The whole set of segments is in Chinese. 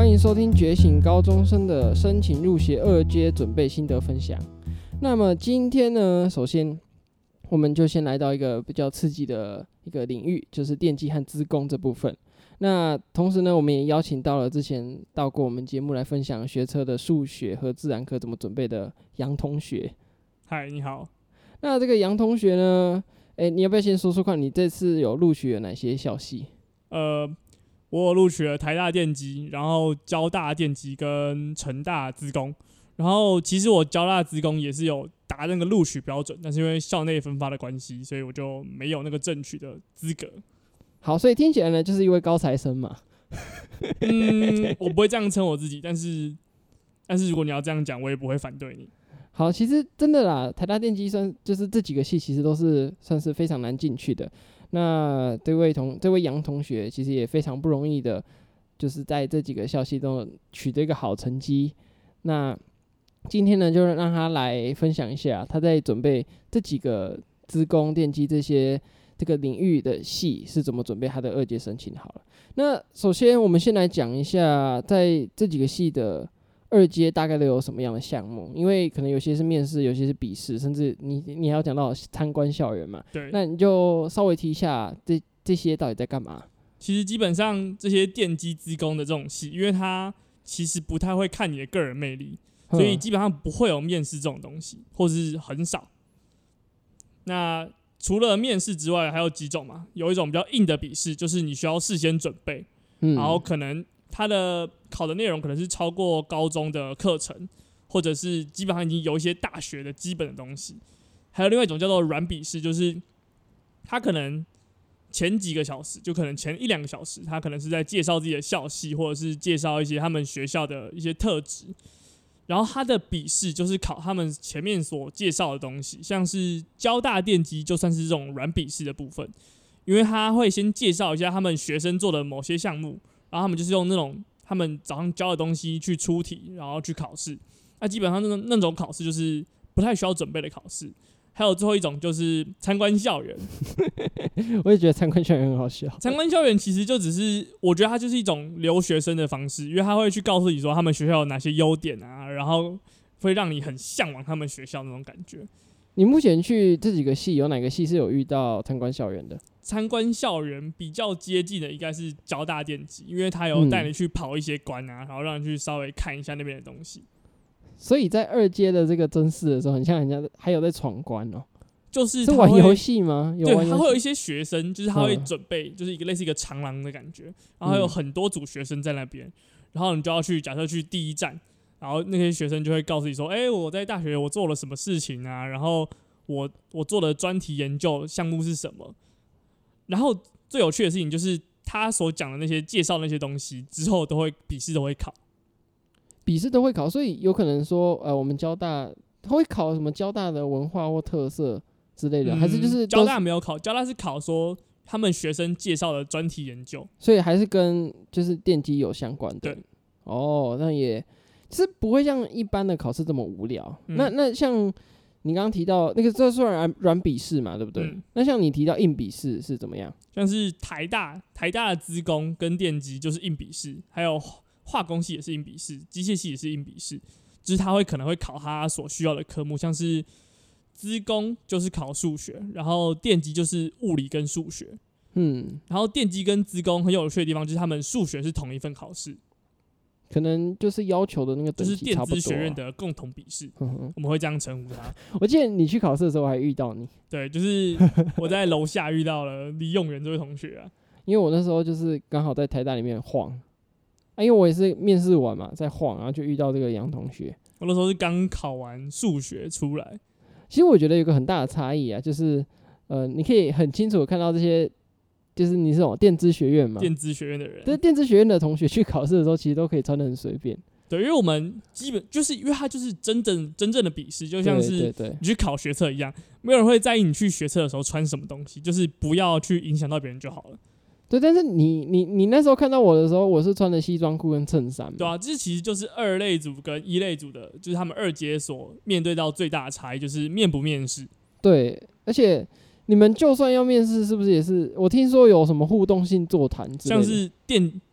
迎收听觉醒高中生的申请入学2阶准备心得分享。那么今天呢，首先我们就先来到一个比较刺激的一个领域，就是电机和资工这部分。那同时呢，我们也邀请到了之前到过我们节目来分享学测的数学和自然科怎么准备的杨同学。 嗨，你好。 那这个杨同学呢，你要不要先说说看，你这次有录取了哪些校系？ 我有录取了台大电机，然后交大电机跟成大资工。然后其实我交大资工也是有达那个录取标准，但是因为校内分发的关系，所以我就没有那个正取的资格。 好，所以听起来呢，就是一位高材生嘛。 我不会这样称我自己，但是如果你要这样讲，我也不会反对你。 好，其实真的啦，台大电机就是这几个系其实都是算是非常难进去的。那这位杨同学其实也非常不容易的，就是在这几个校系中取得一个好成绩。那今天呢，就让他来分享一下他在准备这几个资工、电机这个领域的系是怎么准备他的2阶申请。好了，那首先我们先来讲一下，在这几个系的2阶大概都有什么样的项目？因为可能有些是面试，有些是笔试，甚至你还要讲到参观校园嘛。 对， 那你就稍微提一下这些到底在干嘛？ 其实基本上这些电机资工的这种系，因为它其实不太会看你的个人魅力，所以基本上不会有面试这种东西，或是很少。那除了面试之外，还有几种嘛？有一种比较硬的笔试，就是你需要事先准备，然后可能它的考的内容可能是超过高中的课程，或者是基本上已经有一些大学的基本的东西。还有另外一种叫做软笔试，就是它可能前几个小时，就可能前1-2个小时，它可能是在介绍自己的校系，或者是介绍一些他们学校的一些特质。然后他的笔试就是考他们前面所介绍的东西，像是交大电机就算是这种软笔试的部分，因为他会先介绍一下他们学生做的某些项目，然后他们就是用那种他们早上教的东西去出题，然后去考试。那基本上那种考试就是不太需要准备的考试。还有最后一种就是参观校园。 我也觉得参观校园很好笑。 参观校园其实就只是，我觉得它就是一种留学生的方式，因为他会去告诉你说他们学校有哪些优点啊，然后会让你很向往他们学校那种感觉。 你目前去这几个系，有哪个系是有遇到参观校园的？ 参观校园比较接近的应该是交大电机，因为他有带你去跑一些关啊，然后让你去稍微看一下那边的东西。 所以在2阶的这个甄试的时候，很像人家还有在闯关哦。 是玩游戏吗？ 对，他会有一些学生，就是他会准备，就是类似一个长廊的感觉，然后有很多组学生在那边，然后你就要去，假设去第一站，然后那些学生就会告诉你说，我在大学我做了什么事情啊，然后我做的专题研究项目是什么，然后最有趣的事情就是他所讲的那些介绍那些东西之后笔试都会考。 笔试都会考，所以有可能说，我们交大他会考什么交大的文化或特色之类的，还是就是交大没有考，交大是考说他们学生介绍的专题研究， 所以还是跟就是电机有相关的。 对， 那也是不会像一般的考试这么无聊。那像你刚刚提到那个，这算软笔试嘛，对不对？那像你提到硬笔试是怎么样？ 像是台大的资工跟电机就是硬笔试，还有化工系也是硬笔试，机械系也是硬笔试，就是他可能会考他所需要的科目，像是资工就是考数学，然后电机就是物理跟数学。然后电机跟资工很有趣的地方就是他们数学是同一份考试， 可能就是要求的那个等级差不多， 就是电资学院的共同笔试，我们会这样称呼它。 我记得你去考试的时候我还遇到你， 对，就是我在楼下遇到了李永元这位同学啊， 因为我那时候就是刚好在台大里面晃。因为我也是面试完嘛，在晃，然后就遇到这个杨同学。 我那时候是刚考完数学出来。 其实我觉得有个很大的差异啊，就是你可以很清楚的看到这些，就是你是什么电资学院嘛， 电资学院的人， 对，电资学院的同学去考试的时候，其实都可以穿得很随便。 对，因为我们基本就是因为它就是真正的笔试，就像是你去考学测一样，没有人会在意你去学测的时候穿什么东西，就是不要去影响到别人就好了。 对，但是你那时候看到我的时候，我是穿的西装裤跟衬衫嘛。 对啊，这其实就是2类组跟1类组的，就是他们2阶所面对到最大的差异，就是面不面试。 对，而且你们就算要面试，是不是也是？我听说有什么互动性座谈之类的， 像是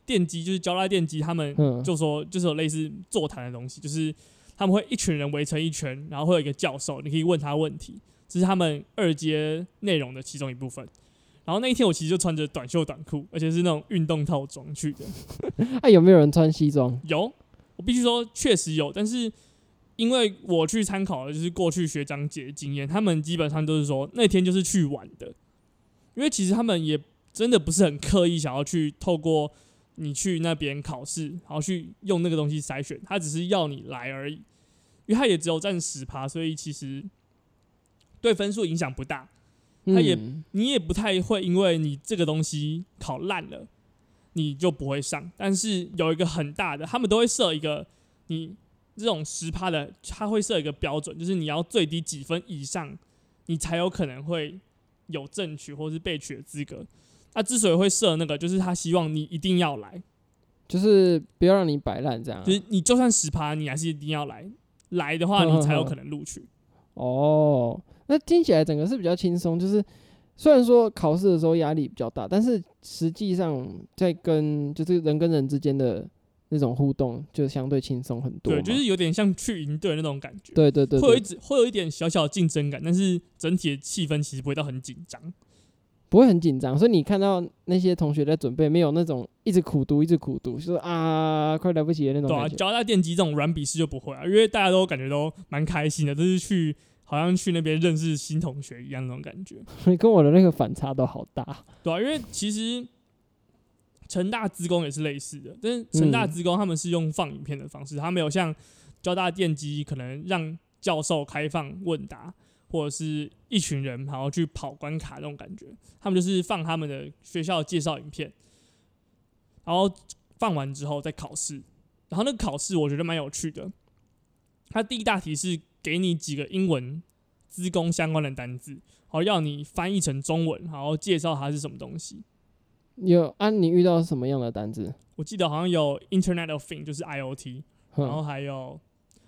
电机就是交大电机，他们就说就是有类似座谈的东西，就是他们会一群人围成一圈，然后会有一个教授，你可以问他问题，这是他们2阶内容的其中一部分。然后那一天我其实就穿着短袖短裤，而且是那种运动套装去的。 有没有人穿西装？ 有，我必须说确实有，但是因为我去参考的就是过去学长姐的经验，他们基本上都是说那天就是去玩的，因为其实他们也真的不是很刻意想要去透过你去那边考试，然后去用那个东西筛选，他只是要你来而已，因为他也只有占10%，所以其实对分数影响不大。你也不太会因为你这个东西考烂了，你就不会上。但是有一个很大的，他们都会设一个你这种10%的，他会设一个标准，就是你要最低几分以上，你才有可能会有正取或是备取的资格。他之所以会设那个，就是他希望你一定要来， 就是不要让你摆烂这样。 就是你就算10%，你还是一定要来，来的话你才有可能录取。 哦。那听起来整个是比较轻松，就是虽然说考试的时候压力比较大，但是实际上在就是人跟人之间的那种互动就相对轻松很多。 对，就是有点像去营队那种感觉。 对， 会有一点小小的竞争感，但是整体的气氛其实不会到很紧张， 不会很紧张。所以你看到那些同学在准备，没有那种一直苦读，就说快来不及的那种感觉。 对啊，交大电机这种软笔试就不会啊，因为大家都感觉都蛮开心的，都是好像去那边认识新同学一样那种感觉。 跟我的那个反差都好大。 对啊，因为其实成大资工也是类似的，但是成大资工他们是用放影片的方式，他没有像交大电机可能让教授开放问答，或者是一群人然后去跑关卡那种感觉。他们就是放他们的学校的介绍影片，然后放完之后再考试。然后那个考试我觉得蛮有趣的，它第一大题是给你几个英文资工相关的单字，然后要你翻译成中文，然后介绍它是什么东西。 你遇到什么样的单字？ 我记得好像有 Internet of Things 就是 IoT， 然后还有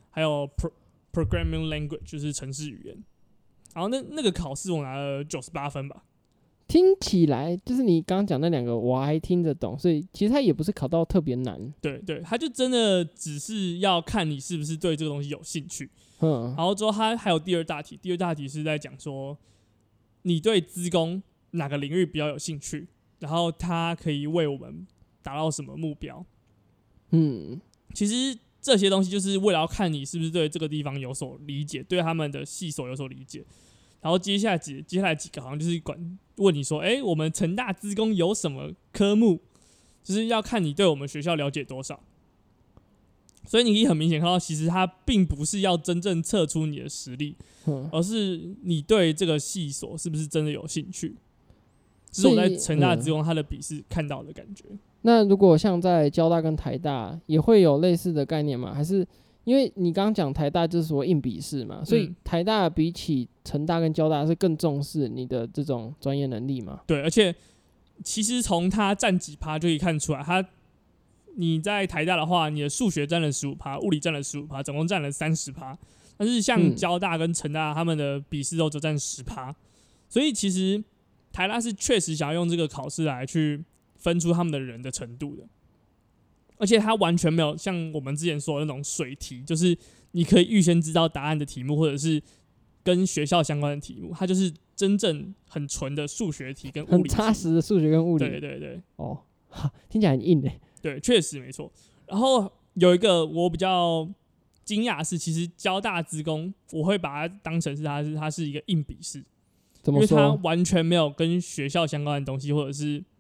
Programming Language 就是程式语言。然后那个考试我拿了98分吧。 听起来就是你刚刚讲那2个我还听得懂，所以其实它也不是考到特别难。 对，它就真的只是要看你是不是对这个东西有兴趣。然后之后它还有第二大题是在讲说你对资工哪个领域比较有兴趣，然后它可以为我们达到什么目标。其实这些东西就是为了要看你是不是对这个地方有所理解，对他们的系所有所理解。然后接下来几个好像就是问你说，我们成大资工有什么科目，就是要看你对我们学校了解多少。所以你可以很明显看到，其实它并不是要真正测出你的实力，而是你对这个系所是不是真的有兴趣。这是我在成大资工它的笔试看到的感觉。 那如果像在交大跟台大也会有类似的概念吗？还是因为你刚刚讲台大就是说硬笔试嘛，所以台大比起成大跟交大是更重视你的这种专业能力嘛？ 对，而且其实从它占几趴就可以看出来，你在台大的话，你的数学占了15%，物理占了15%，总共占了30%。但是像交大跟成大他们的笔试都只占10%，所以其实台大是确实想要用这个考试来去分出他们的人的程度的。而且它完全没有像我们之前说的那种水题，就是你可以预先知道答案的题目，或者是跟学校相关的题目，它就是真正很纯的数学题跟物理题， 很扎实的数学跟物理。 对。 哦，听起来很硬欸。 对，确实没错。然后有一个我比较惊讶的是，其实交大资工我会把它当成是它是一个硬笔试， 怎么说？ 因为它完全没有跟学校相关的东西，或者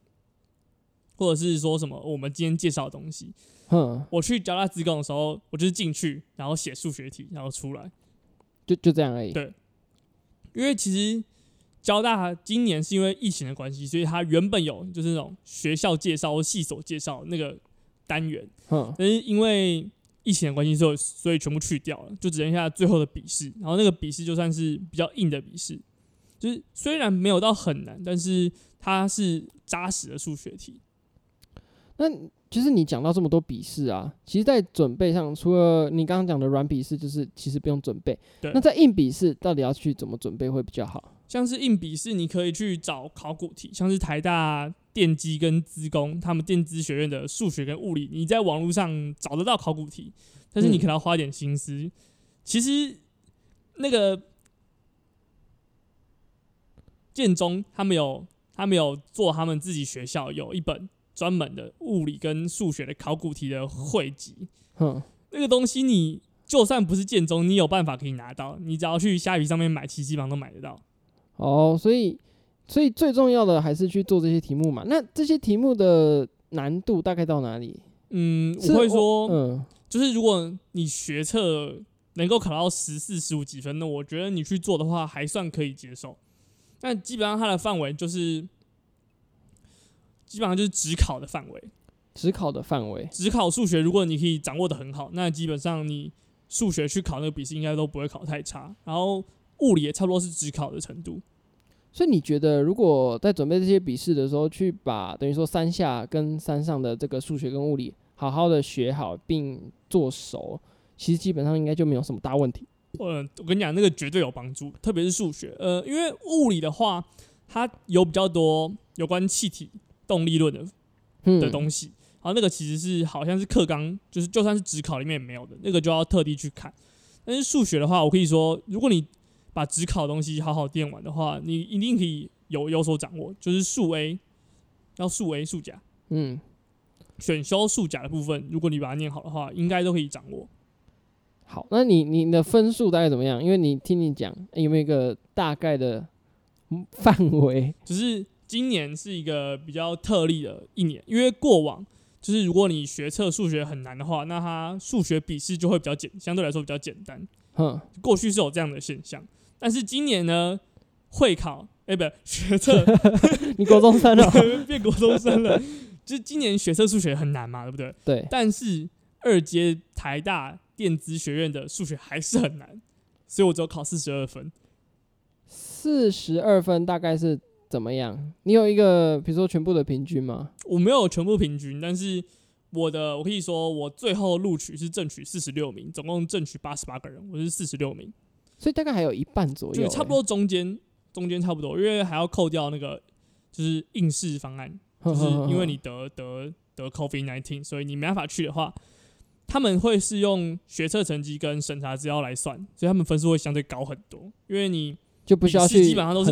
是说什么我们今天介绍的东西。我去交大资工的时候，我就是进去，然后写数学题，然后出来， 就这样而已。 对，因为其实交大今年是因为疫情的关系，所以它原本有就是那种学校介绍或系所介绍那个单元，但是因为疫情的关系，所以全部去掉了，就只剩下最后的笔试。然后那个笔试就算是比较硬的笔试，就是虽然没有到很难，但是它是扎实的数学题。 那其实你讲到这么多笔试啊，其实在准备上，除了你刚刚讲的软笔试，就是其实不用准备。那在硬笔试到底要去怎么准备会比较好？ 像是硬笔试，你可以去找考古题，像是台大电机跟资工，他们电资学院的数学跟物理，你在网络上找得到考古题，但是你可能要花点心思。其实那个建中他们有做他们自己学校有一本专门的物理跟数学的考古题的汇集。那个东西你就算不是建中，你有办法可以拿到，你只要去虾皮上面买，其实基本上都买得到。 所以最重要的还是去做这些题目嘛。那这些题目的难度大概到哪里？ 我会说，就是如果你学测能够考到14、15几分，那我觉得你去做的话还算可以接受。但基本上它的范围就是基本上就是指考的范围。 指考数学，如果你可以掌握的很好，那基本上你数学去考那个笔试应该都不会考太差。然后物理也差不多是指考的程度。 所以你觉得，如果在准备这些笔试的时候，去把等于说3下跟3上的这个数学跟物理好好的学好并做熟，其实基本上应该就没有什么大问题。 我跟你讲，那个绝对有帮助，特别是数学。因为物理的话，它有比较多有关气体动力论的东西。然后那个其实是好像是课纲，就是就算是指考里面也没有的，那个就要特地去看。但是数学的话，我可以说，如果你把指考的东西好好练完的话，你一定可以有所掌握。就是数 A 数甲，选修数甲的部分，如果你把它念好的话，应该都可以掌握。 好，那你的分数大概怎么样？因为听你讲，有没有一个大概的范围？ 就是今年是一个比较特例的一年，因为过往就是如果你学测数学很难的话，那它数学笔试就会相对来说比较简单。过去是有这样的现象，但是今年呢，会考学测， 你国中生了， 变国中生了。就是今年学测数学很难嘛，对不对？ 对。 但是2阶台大电资学院的数学还是很难，所以我只有考42分。 42分大概是怎么样？你有一个比如说全部的平均吗？ 我没有全部平均，但是我可以说我最后录取是正取46名，总共正取88个人，我是46名， 所以大概还有一半左右， 就差不多中间差不多，因为还要扣掉那个就是应试方案，就是因为你得 COVID-19， 所以你没办法去的话，他们会是用学测成绩跟审查资料来算，所以他们分数会相对高很多，因为你就不需要去， 基本上都是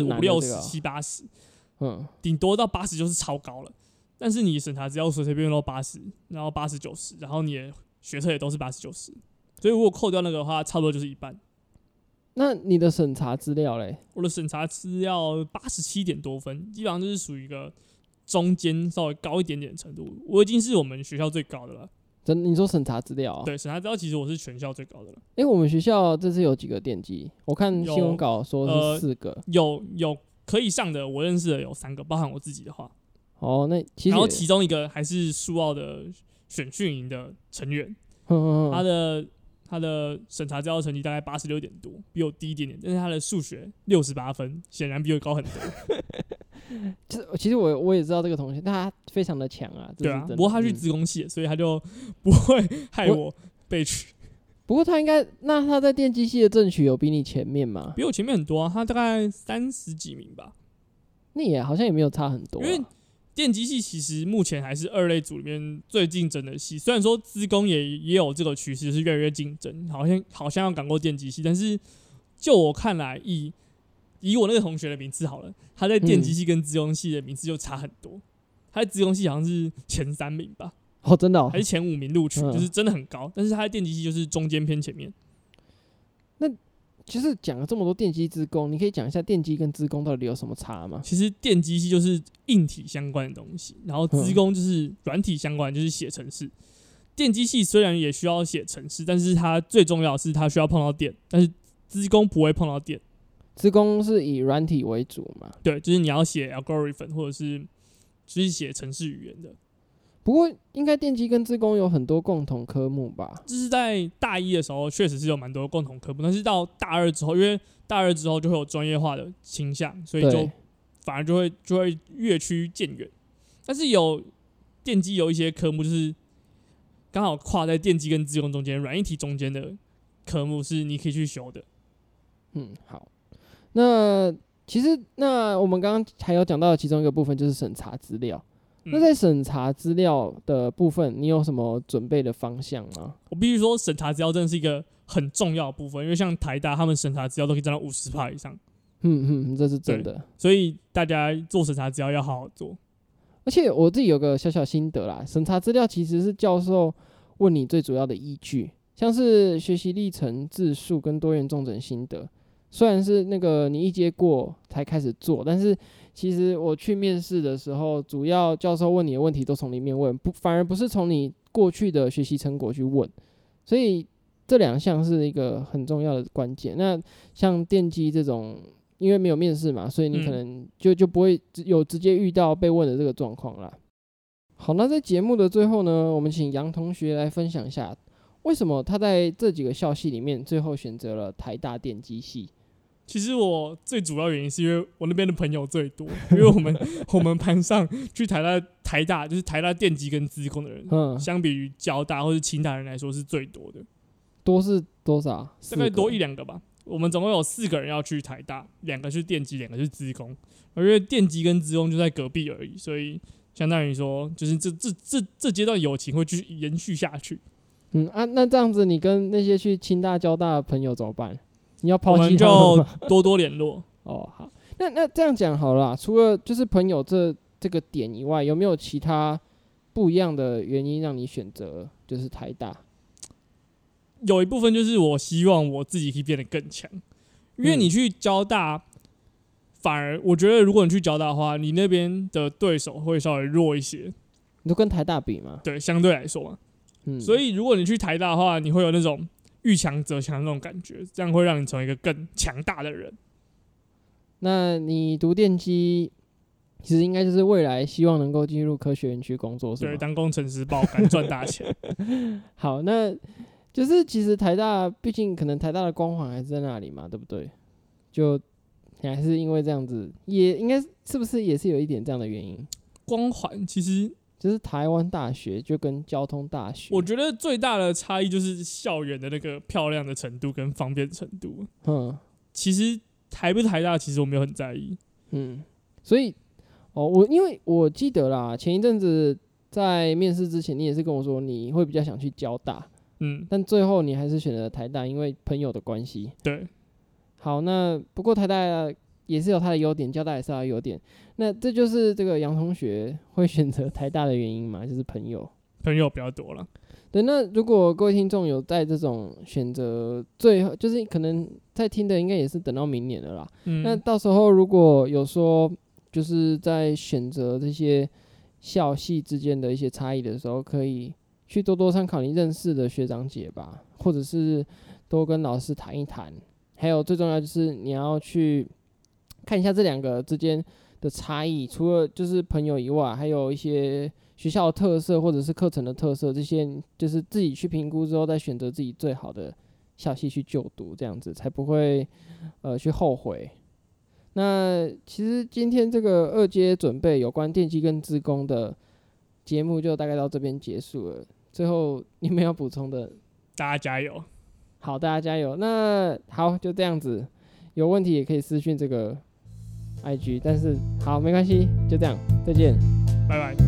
5、60、7、80，顶多到80就是超高了。但是你审查资料随便都80，然后80、90，然后你的学测也都是80、90，所以如果扣掉那个的话，差不多就是一半。 那你的审查资料嘞？ 我的审查资料87点多分，基本上就是属于一个中间稍微高一点点的程度。我已经是我们学校最高的了。 你说审查资料？ 对，审查资料其实我是全校最高的了。 我们学校这次有几个电机？我看新闻稿说是4个。 有可以上的，我认识的有3个，包含我自己的话。 那其实然后其中一个还是苏澳的选训营的成员，他的审查资料成绩大概86点多，比我低一点点，但是他的数学68分，显然比我高很多。 其实我也知道这个同学，但他非常的强啊。 对啊，不过他去资工系，所以他就不会害我被取。 不过他在电机系的正取有比你前面吗？ 比我前面很多啊，他大概30几名吧。 那也好像也没有差很多， 因为电机系其实目前还是2类组里面最竞争的系，虽然说资工也有这个趋势是越来越竞争，好像要赶过电机系，但是就我看来，以我那个同学的名次好了，他在电机系跟资工系的名次就差很多，他在资工系好像是前3名吧， 真的还是前5名录取，就是真的很高，但是他在电机系就是中间偏前面。 那其实讲了这么多电机资工，你可以讲一下电机跟资工到底有什么差吗？ 其实电机系就是硬体相关的东西，然后资工就是软体相关，就是写程式。电机系虽然也需要写程式，但是它最重要的是它需要碰到电，但是资工不会碰到电。 资工是以软体为主嘛？ 对，就是你要写 algorithm 或者是就是写程式语言的。 不过应该电机跟资工有很多共同科目吧？ 就是在大一的时候确实是有蛮多共同科目，但是到大2之后，因为大2之后就会有专业化的倾向，所以就反而就会越趋渐远。但是电机有一些科目就是刚好跨在电机跟资工中间、软硬体中间的科目是你可以去修的。 好。那其实那我们刚刚还有讲到的其中一个部分就是审查资料。那在审查资料的部分，你有什么准备的方向吗？ 我必须说，审查资料真的是一个很重要的部分，因为像台大他们审查资料都可以占到50%以上。 这是真的。 所以大家做审查资料要好好做。 而且我自己有个小小心得啦，审查资料其实是教授问你最主要的依据，像是学习历程、字数跟多元重整心得。虽然是那个你一阶过才开始做，但是其实我去面试的时候，主要教授问你的问题都从里面问，反而不是从你过去的学习成果去问，所以这两项是一个很重要的关键。那像电机这种，因为没有面试嘛，所以你可能就不会有直接遇到被问的这个状况啦。好，那在节目的最后呢，我们请杨同学来分享一下，为什么他在这几个校系里面最后选择了台大电机系。 其实我最主要原因是因为我那边的朋友最多，因为我们班上去台大就是台大电机跟资工的人，相比于交大或是清大人来说是最多的。 多是多少？ 大概多1-2个吧。我们总共有4个人要去台大，2个是电机，2个是资工。因为电机跟资工就在隔壁而已，所以相当于说，就是这阶段友情会继续延续下去。 那这样子，你跟那些去清大、交大的朋友怎么办？你要抛弃他们吗？ 我们就多多联络。 哦，好，那这样讲好了啦，除了就是朋友这个点以外，有没有其他不一样的原因让你选择就是台大？ 有一部分就是我希望我自己可以变得更强，因为你去交大，反而我觉得如果你去交大的话，你那边的对手会稍微弱一些。 你都跟台大比吗？ 对，相对来说嘛。所以如果你去台大的话，你会有那种遇强则强的那种感觉，这样会让你成为一个更强大的人。 那你读电机，其实应该就是未来希望能够进入科学园区工作，是吗？ 对，当工程师爆肝赚大钱。 好，那就是其实台大，毕竟可能台大的光环还是在那里嘛，对不对？就你还是因为这样子，也应该是不是也是有一点这样的原因？ 光环其实就是台湾大学就跟交通大学， 我觉得最大的差异就是校园的那个漂亮的程度跟方便程度。其实台不台大，其实我没有很在意。 所以因为我记得啦，前一阵子在面试之前，你也是跟我说你会比较想去交大。但最后你还是选择台大，因为朋友的关系。 对， 好，那不过台大也是有它的优点，交大也是有它的优点。那这就是这个杨同学会选择台大的原因嘛，就是朋友比较多了。 对，那如果各位听众有在这种选择最后，就是可能在听的，应该也是等到明年了啦。那到时候如果有说，就是在选择这些校系之间的一些差异的时候，可以去多多参考你认识的学长姐吧，或者是多跟老师谈一谈。还有最重要就是你要去看一下这两个之间的差异，除了就是朋友以外，还有一些学校的特色或者是课程的特色，这些就是自己去评估之后，再选择自己最好的校系去就读，这样子才不会去后悔。那其实今天这个2阶准备有关电机跟资工的节目就大概到这边结束了。最后你们要补充的？ 大家加油！ 好，大家加油。那好，就这样子，有问题也可以私讯这个 IG， 但是好，没关系，就这样，再见， 拜拜。